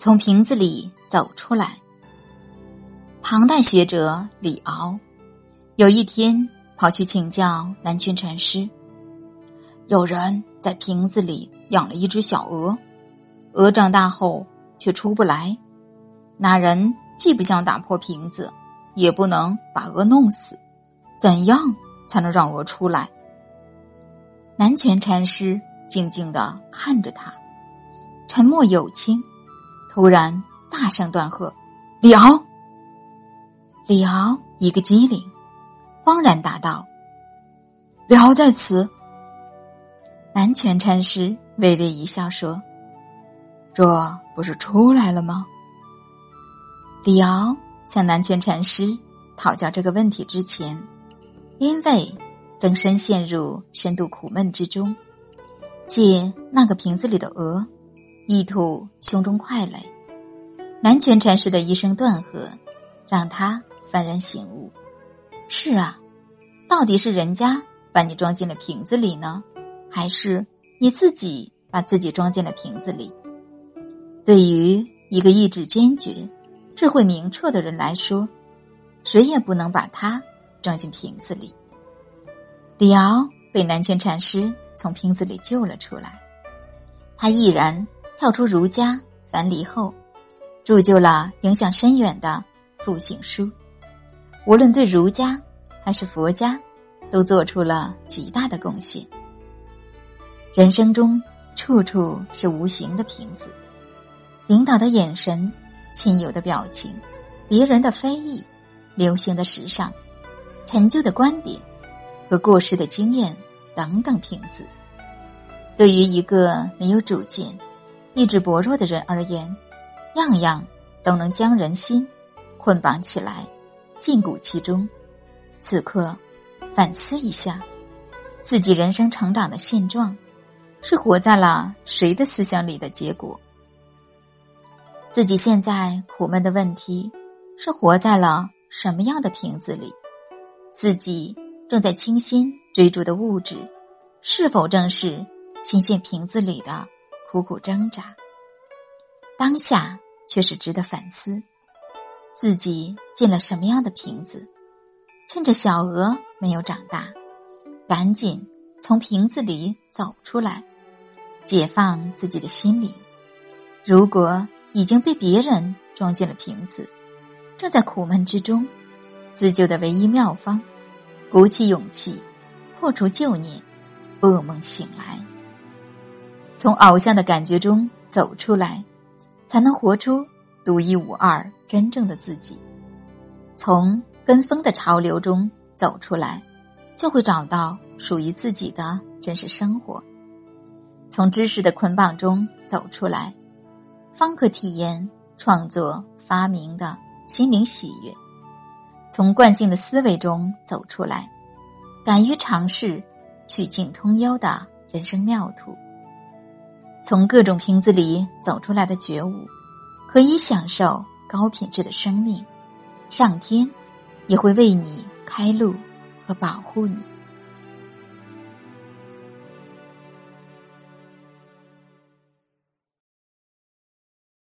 从瓶子里走出来。唐代学者李敖有一天跑去请教南泉禅师，有人在瓶子里养了一只小鹅，鹅长大后却出不来，那人既不想打破瓶子，也不能把鹅弄死，怎样才能让鹅出来？南泉禅师静静地看着他，沉默有清，突然大声断喝：李敖！李敖一个机灵，慌然答道：李敖在此。南泉禅师微微一笑说：这不是出来了吗？李敖向南泉禅师讨教这个问题之前，因为正深陷入深度苦闷之中，借那个瓶子里的鹅一吐胸中快垒。南泉禅师的一声断喝让他幡然醒悟，是啊，到底是人家把你装进了瓶子里呢，还是你自己把自己装进了瓶子里？对于一个意志坚决、智慧明澈的人来说，谁也不能把他装进瓶子里。李敖被南泉禅师从瓶子里救了出来，他毅然跳出儒家樊篱后，铸就了影响深远的复姓书，无论对儒家还是佛家都做出了极大的贡献。人生中处处是无形的瓶子，领导的眼神，亲友的表情，别人的非议，流行的时尚，陈旧的观点和过时的经验等等瓶子。对于一个没有主见、意志薄弱的人而言，样样都能将人心捆绑起来，禁锢其中。此刻反思一下，自己人生成长的现状是活在了谁的思想里的结果？自己现在苦闷的问题是活在了什么样的瓶子里？自己正在倾心追逐的物质，是否正是心陷瓶子里的苦苦挣扎？当下却是值得反思，自己进了什么样的瓶子？趁着小鹅没有长大，赶紧从瓶子里走出来，解放自己的心灵。如果已经被别人装进了瓶子，正在苦闷之中，自救的唯一妙方，鼓起勇气，破除旧念，噩梦醒来。从偶像的感觉中走出来，才能活出独一无二真正的自己。从跟风的潮流中走出来，就会找到属于自己的真实生活。从知识的捆绑中走出来，方可体验创作发明的心灵喜悦。从惯性的思维中走出来，敢于尝试曲径通幽的人生妙途。从各种瓶子里走出来的觉悟，可以享受高品质的生命，上天也会为你开路和保护你。